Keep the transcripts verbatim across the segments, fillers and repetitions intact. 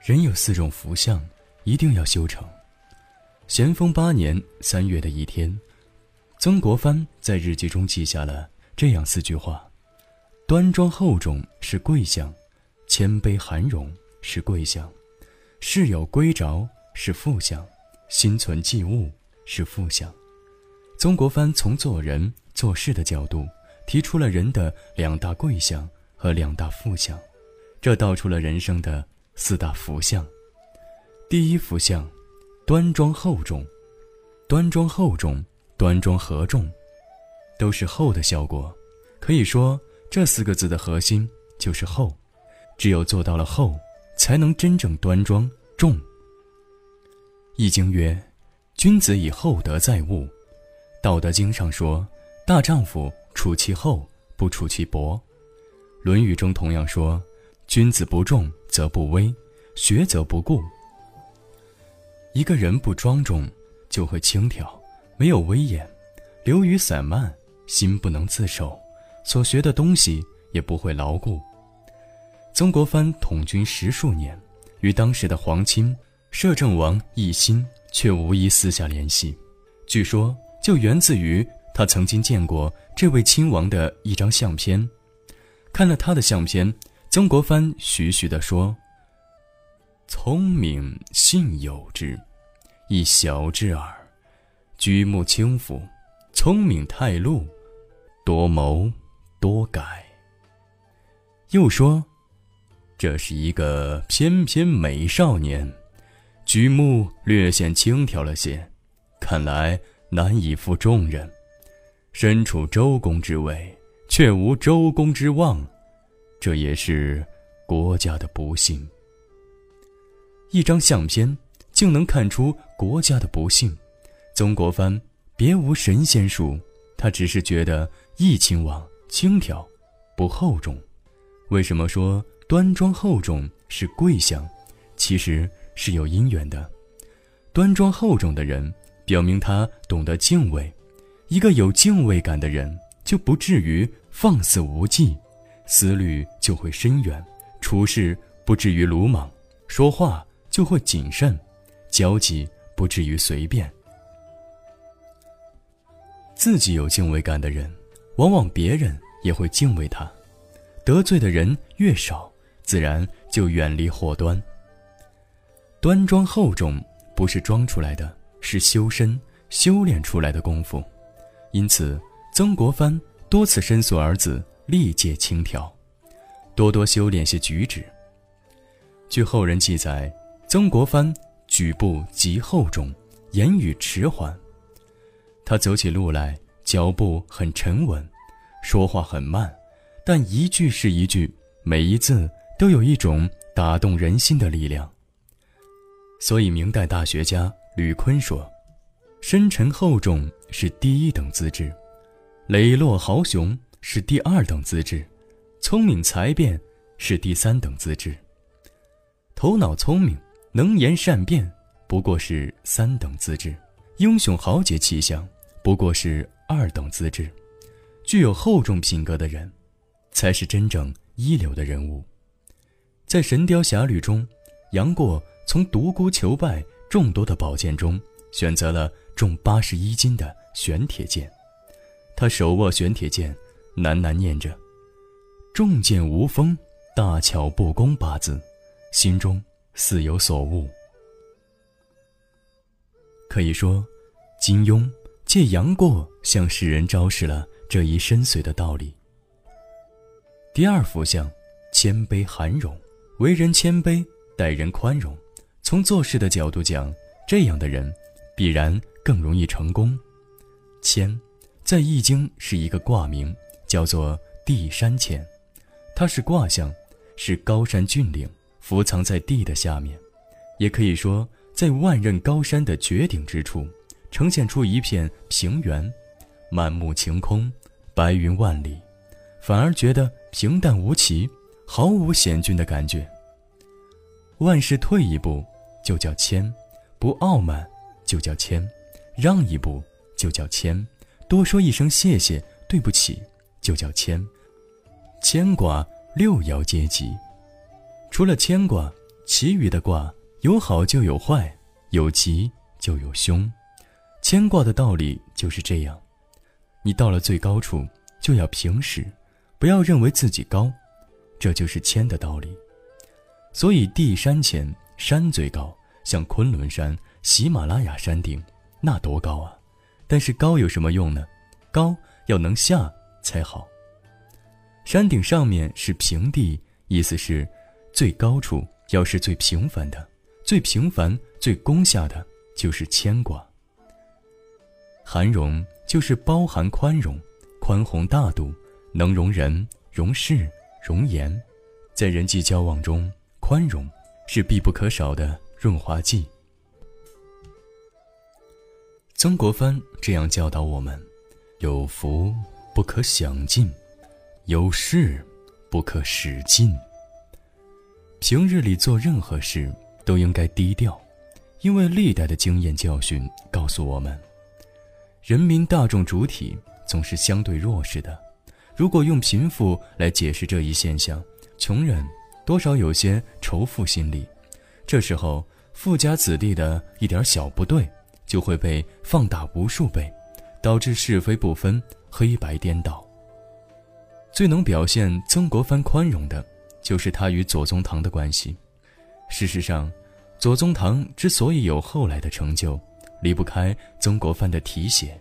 人有四种福相，一定要修成。咸丰八年三月的一天，曾国藩在日记中记下了这样四句话：端庄厚重是贵相，谦卑含容是贵相，事有归着是富相，心存济物是富相。曾国藩从做人做事的角度提出了人的两大贵相和两大富相，这道出了人生的四大福相。第一福相，端庄厚重。端庄厚重，端庄和重，都是厚的效果。可以说这四个字的核心就是厚，只有做到了厚，才能真正端庄重。易经曰：君子以厚德载物。道德经上说，大丈夫处其厚，不处其薄。论语中同样说，君子不重则不威，学则不固。一个人不庄重，就会轻佻，没有威严，流于散漫，心不能自守，所学的东西也不会牢固。曾国藩统军十数年，与当时的皇亲摄政王奕欣却无一私下联系，据说就源自于他曾经见过这位亲王的一张相片。看了他的相片，曾国藩徐徐地说：聪明信有之，亦小之耳。居目轻浮，聪明太露，多谋多改。又说，这是一个翩翩美少年，举目略显轻佻了些，看来难以负重任。身处周公之位，却无周公之望，这也是国家的不幸。一张相片竟能看出国家的不幸。曾国藩别无神仙术，他只是觉得奕亲王轻佻不厚重。为什么说端庄厚重是贵相？其实是有因缘的。端庄厚重的人表明他懂得敬畏，一个有敬畏感的人就不至于放肆无忌，思虑就会深远，处事不至于鲁莽，说话就会谨慎，交际不至于随便。自己有敬畏感的人，往往别人也会敬畏他。得罪的人越少，自然就远离祸端。端庄厚重不是装出来的，是修身修炼出来的功夫。因此曾国藩多次申诉儿子历届轻佻，多多修炼些举止。据后人记载，曾国藩举步极厚重，言语迟缓。他走起路来脚步很沉稳，说话很慢，但一句是一句，每一字都有一种打动人心的力量。所以明代大学家吕坤说，深沉厚重是第一等资质，磊落豪雄是第二等资质，聪明才辩是第三等资质，头脑聪明能言善辩不过是三等资质，英雄豪杰气象不过是二等资质。具有厚重品格的人才是真正一流的人物。在《神雕侠侣》中，杨过从独孤求败众多的宝剑中选择了重八十一斤的玄铁剑，他手握玄铁剑，喃喃念着重剑无锋，大巧不工八字，心中似有所悟。可以说，金庸借杨过向世人昭示了这一深邃的道理。第二福相，谦卑含容。为人谦卑，待人宽容。从做事的角度讲，这样的人必然更容易成功。谦在易经是一个卦名，叫做地山谦，它是卦象，是高山峻岭伏藏在地的下面，也可以说在万仞高山的绝顶之处，呈现出一片平原，满目晴空，白云万里，反而觉得平淡无奇，毫无险峻的感觉。万事退一步就叫谦，不傲慢就叫谦，让一步就叫谦，多说一声谢谢对不起就叫谦。牵挂六爻皆吉，除了牵挂， 其余的卦有好就有坏，有吉就有凶。谦卦的道理就是这样，你到了最高处就要平视，不要认为自己高，这就是谦的道理。所以地山前，山最高，像昆仑山、喜马拉雅山顶，那多高啊！但是高有什么用呢？高要能下才好。山顶上面是平地，意思是最高处要是最平凡的，最平凡最攻下的就是谦卦。涵容就是包含宽容，宽宏大度，能容人、容事、容颜。在人际交往中，宽容是必不可少的润滑剂。曾国藩这样教导我们：有福不可享尽，有事不可使尽。平日里做任何事都应该低调，因为历代的经验教训告诉我们，人民大众主体总是相对弱势的。如果用贫富来解释这一现象，穷人多少有些仇富心理，这时候富家子弟的一点小不对就会被放大无数倍，导致是非不分，黑白颠倒。最能表现曾国藩宽容的就是他与左宗棠的关系。事实上，左宗棠之所以有后来的成就，离不开曾国藩的提携。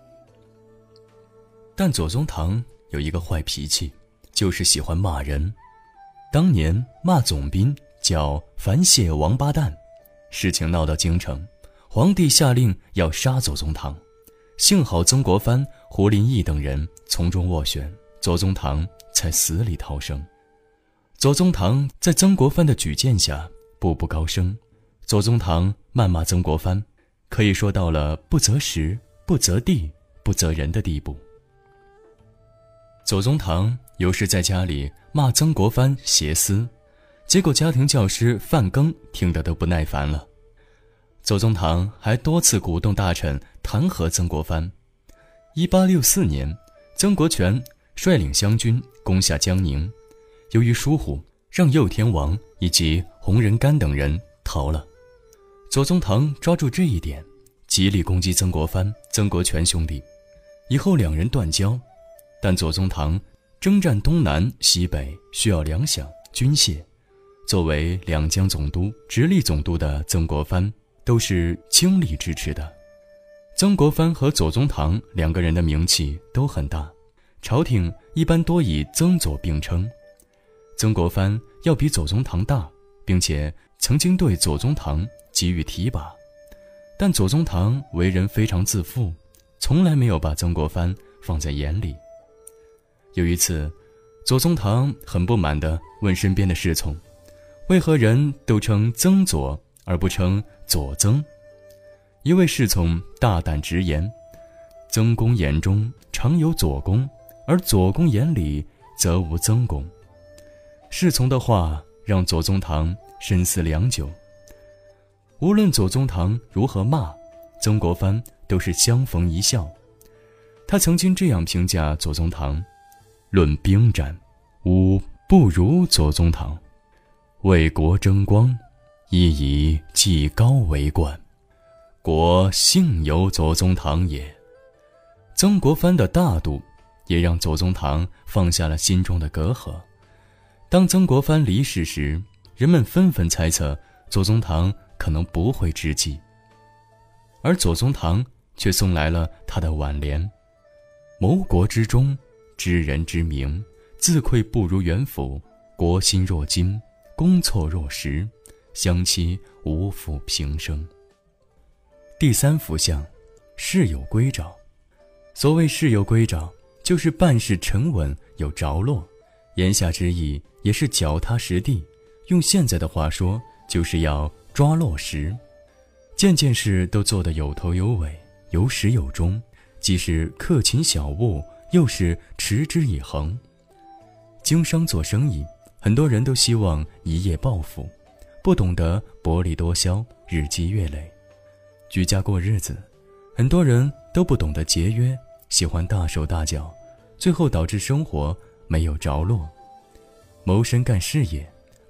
但左宗棠有一个坏脾气，就是喜欢骂人。当年骂总兵叫樊谢王八蛋，事情闹到京城，皇帝下令要杀左宗棠，幸好曾国藩、胡林翼等人从中斡旋，左宗棠才死里逃生。左宗棠在曾国藩的举荐下步步高升，左宗棠谩骂曾国藩，可以说到了不择时、不择地、不择人的地步。左宗棠有时在家里骂曾国藩邪私，结果家庭教师范庚听得都不耐烦了。左宗棠还多次鼓动大臣弹劾曾国藩。一八六四年，曾国荃率领湘军攻下江宁，由于疏忽，让右天王以及洪仁玕等人逃了。左宗棠抓住这一点，极力攻击曾国藩、曾国荃兄弟，以后两人断交。但左宗棠征战东南西北需要粮饷军械，作为两江总督、直隶总督的曾国藩都是倾力支持的。曾国藩和左宗棠两个人的名气都很大，朝廷一般多以曾左并称。曾国藩要比左宗棠大，并且曾经对左宗棠给予提拔，但左宗棠为人非常自负，从来没有把曾国藩放在眼里。有一次，左宗棠很不满地问身边的侍从，为何人都称曾左而不称左曾？一位侍从大胆直言，曾公眼中常有左公，而左公眼里则无曾公。侍从的话让左宗棠深思良久。无论左宗棠如何骂，曾国藩都是相逢一笑。他曾经这样评价左宗棠：论兵战，吾不如左宗棠；为国争光，亦以技高为冠。国幸有左宗棠也。曾国藩的大度也让左宗棠放下了心中的隔阂。当曾国藩离世时，人们纷纷猜测左宗棠可能不会知计，而左宗棠却送来了他的挽联：谋国之忠，知人之明，自愧不如元辅，国心若金，公错若石，相期无负平生。第三幅相，事有归兆。所谓事有归兆，就是办事沉稳有着落，言下之意也是脚踏实地，用现在的话说，就是要抓落实，件件事都做得有头有尾，有始有终，既是克勤小务，又是持之以恒。经商做生意，很多人都希望一夜暴富，不懂得薄利多销，日积月累。居家过日子，很多人都不懂得节约，喜欢大手大脚，最后导致生活没有着落。谋生干事业，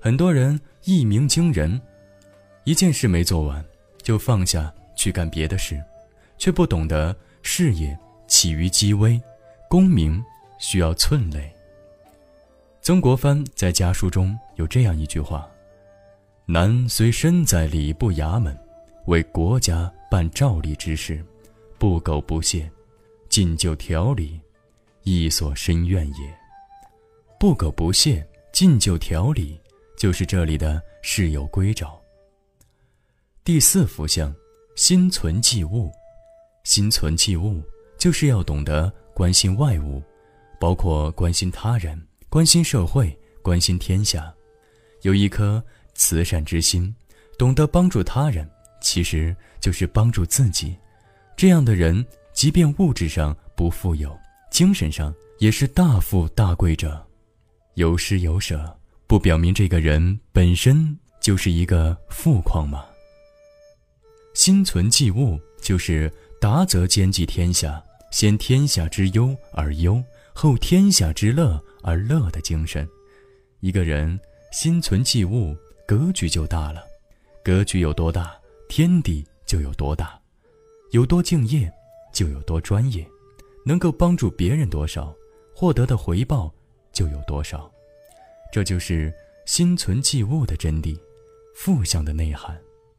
很多人一鸣惊人，一件事没做完就放下去干别的事，却不懂得事业起于积微，功名需要寸累。曾国藩在家书中有这样一句话：男虽身在礼部衙门，为国家办照例之事，不苟不懈，尽就条理，亦所深怨也。不苟不懈，尽就条理，就是这里的事有归照。第四福相，心存济物。心存济物，就是要懂得关心外物，包括关心他人，关心社会，关心天下，有一颗慈善之心，懂得帮助他人，其实就是帮助自己。这样的人，即便物质上不富有，精神上也是大富大贵者。有施有舍，不表明这个人本身就是一个富矿吗？心存济物，就是达则兼济天下，先天下之忧而忧，后天下之乐而乐的精神。一个人心存济物，格局就大了。格局有多大，天地就有多大。有多敬业，就有多专业。能够帮助别人多少，获得的回报就有多少。这就是心存济物的真谛，富相的内涵。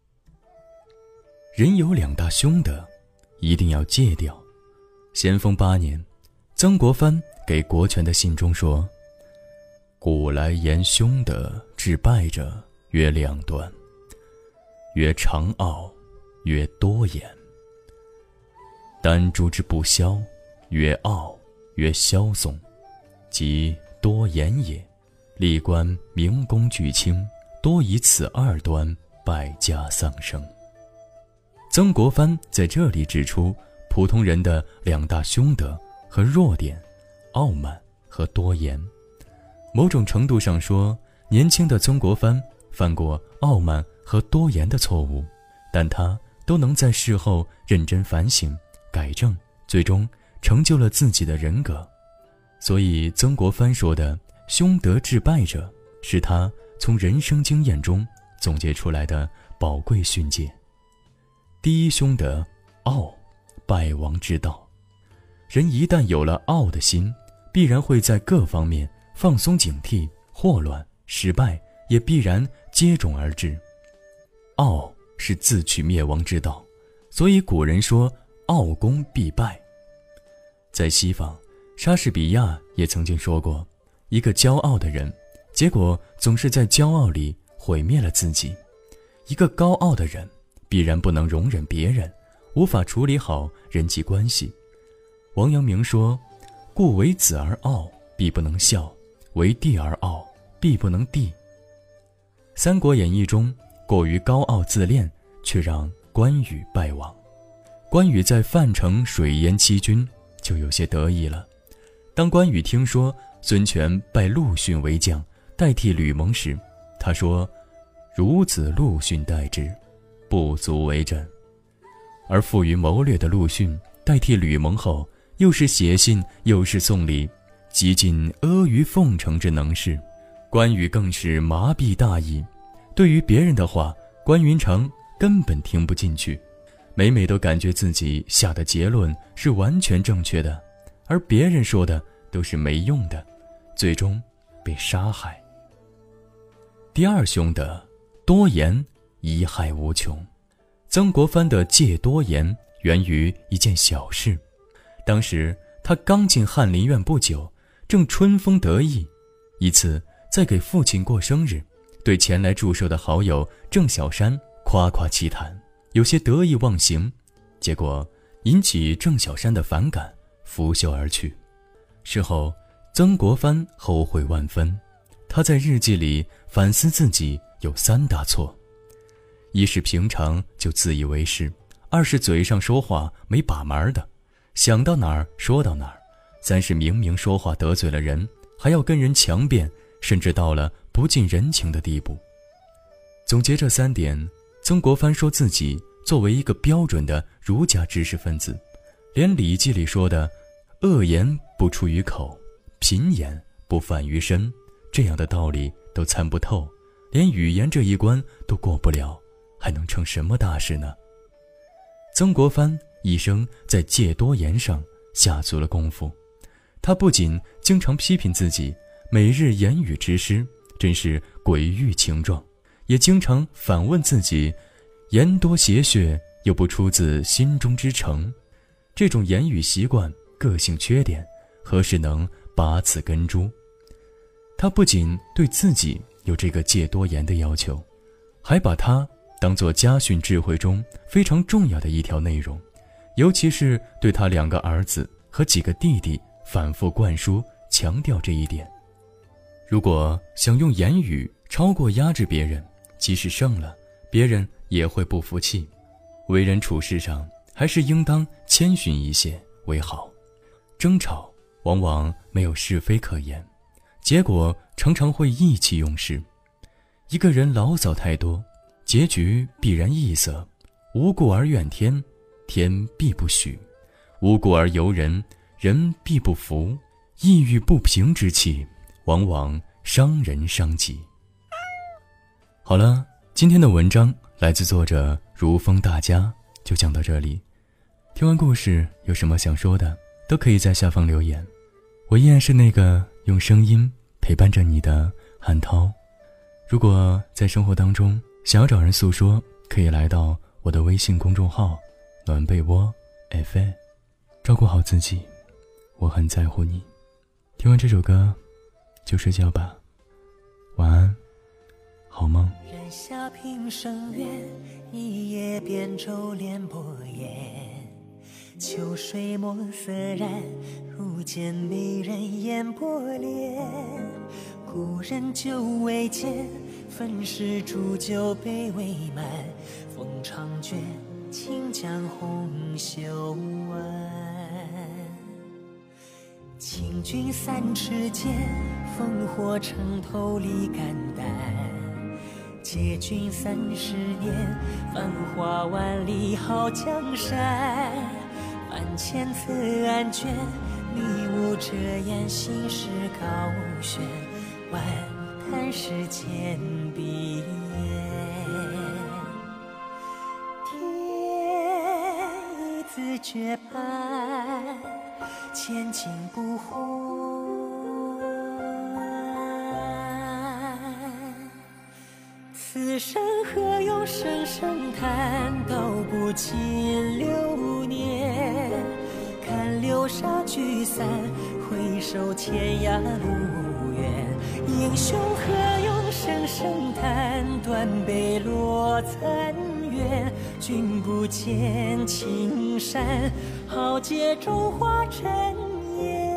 人有两大凶德，一定要戒掉。咸丰八年，曾国藩给国权的信中说：古来言凶德致败者曰两端，曰长傲，曰多言。但诸之不消，曰傲，曰枭纵，即多言也。历官明公巨卿，多以此二端败家丧生。曾国藩在这里指出普通人的两大凶德和弱点：傲慢和多言。某种程度上说，年轻的曾国藩犯过傲慢和多言的错误，但他都能在事后认真反省改正，最终成就了自己的人格。所以曾国藩说的凶德致败者，是他从人生经验中总结出来的宝贵训诫。第一凶德，傲，败亡之道。人一旦有了傲的心，必然会在各方面放松警惕，祸乱失败也必然接踵而至。傲是自取灭亡之道，所以古人说傲功必败。在西方，莎士比亚也曾经说过，一个骄傲的人，结果总是在骄傲里毁灭了自己。一个高傲的人，必然不能容忍别人，无法处理好人际关系。王阳明说：故为子而傲，必不能孝；为弟而傲，必不能弟。三国演义中，过于高傲自恋，却让关羽败亡。关羽在樊城水淹七军，就有些得意了。当关羽听说孙权拜陆逊为将，代替吕蒙时，他说：孺子陆逊代之，不足为朕。而富于谋略的陆逊代替吕蒙后，又是写信又是送礼，极尽阿谀奉承之能事。关羽更是麻痹大意，对于别人的话，关云长根本听不进去，每每都感觉自己下的结论是完全正确的，而别人说的都是没用的，最终被杀害。第二凶德，多言，贻害无穷。曾国藩的戒多言源于一件小事。当时他刚进翰林院不久，正春风得意，一次在给父亲过生日，对前来祝寿的好友郑小山夸夸其谈，有些得意忘形，结果引起郑小山的反感，拂袖而去。事后曾国藩后悔万分，他在日记里反思自己有三大错：一是平常就自以为是，二是嘴上说话没把门的，想到哪儿说到哪儿，三是明明说话得罪了人，还要跟人强辩，甚至到了不近人情的地步。总结这三点，曾国藩说自己作为一个标准的儒家知识分子，连《礼记》里说的恶言不出于口，贫言不犯于身这样的道理都参不透， 连语言这一关都过不了，还能成什么大事呢？曾国藩一生在戒多言上下足了功夫，他不仅经常批评自己每日言语之失，真是鬼域情状，也经常反问自己，言多邪谑又不出自心中之诚，这种言语习惯、个性缺点，何时能拔此根株？他不仅对自己有这个戒多言的要求，还把它当作家训智慧中非常重要的一条内容，尤其是对他两个儿子和几个弟弟反复灌输强调这一点。如果想用言语超过压制别人，即使胜了，别人也会不服气。为人处事上还是应当谦逊一些为好。争吵往往没有是非可言，结果常常会意气用事。一个人牢骚太多，结局必然异色。无故而怨天，天必不许；无故而尤人，人必不服。抑郁不平之气，往往伤人伤己。好了，今天的文章来自作者如风大家，就讲到这里。听完故事有什么想说的，都可以在下方留言。我依然是那个用声音陪伴着你的汉涛。如果在生活当中想要找人诉说，可以来到我的微信公众号暖被窝 F A。 照顾好自己，我很在乎你。听完这首歌就睡觉吧，晚安，好梦。 人下平生远，一夜扁舟连波烟。秋水墨色染，如见美人烟波涟。故人久未见，焚诗煮酒杯未满。风长卷，轻将红袖挽。请君三尺剑，烽火城头立肝胆。借君三十年，繁华万里好江山。万千册案卷，迷雾遮掩心事高悬。万叹世间碧天一字诀判，千金不换。此生何用声声叹，道不尽流年。看流沙聚散，回首天涯路远。英雄何用声声叹，断碑落残垣。君不见青山，豪杰中化尘烟。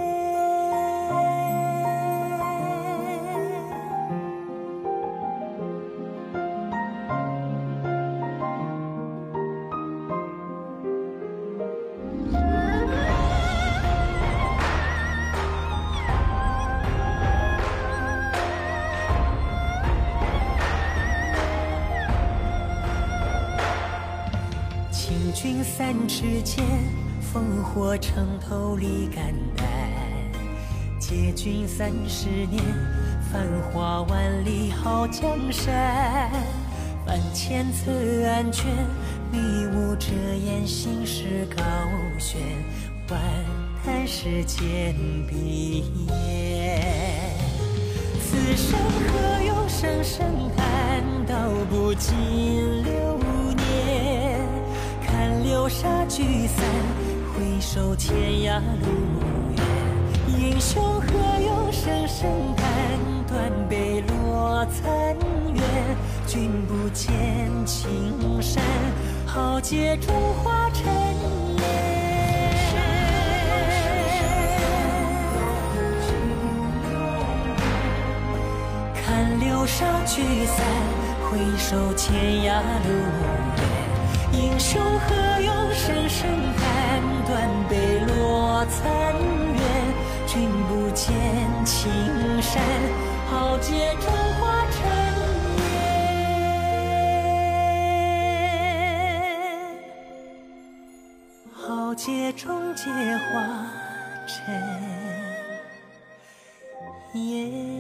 请君三尺剑，烽火城头立肝胆。借君三十年，繁华万里好江山。万千册案卷，迷雾遮掩心事高悬。万叹世间碧烟。此生何用声声叹，道不尽流年。看流沙聚散，回首天涯路远。英雄何用声声叹，断碑落残垣。君不见青山，豪杰中化尘烟。看流沙聚散，回首天涯路远。英雄何用声声叹，断碑落残垣。君不见青山，豪杰中化尘烟。豪杰中皆化尘烟。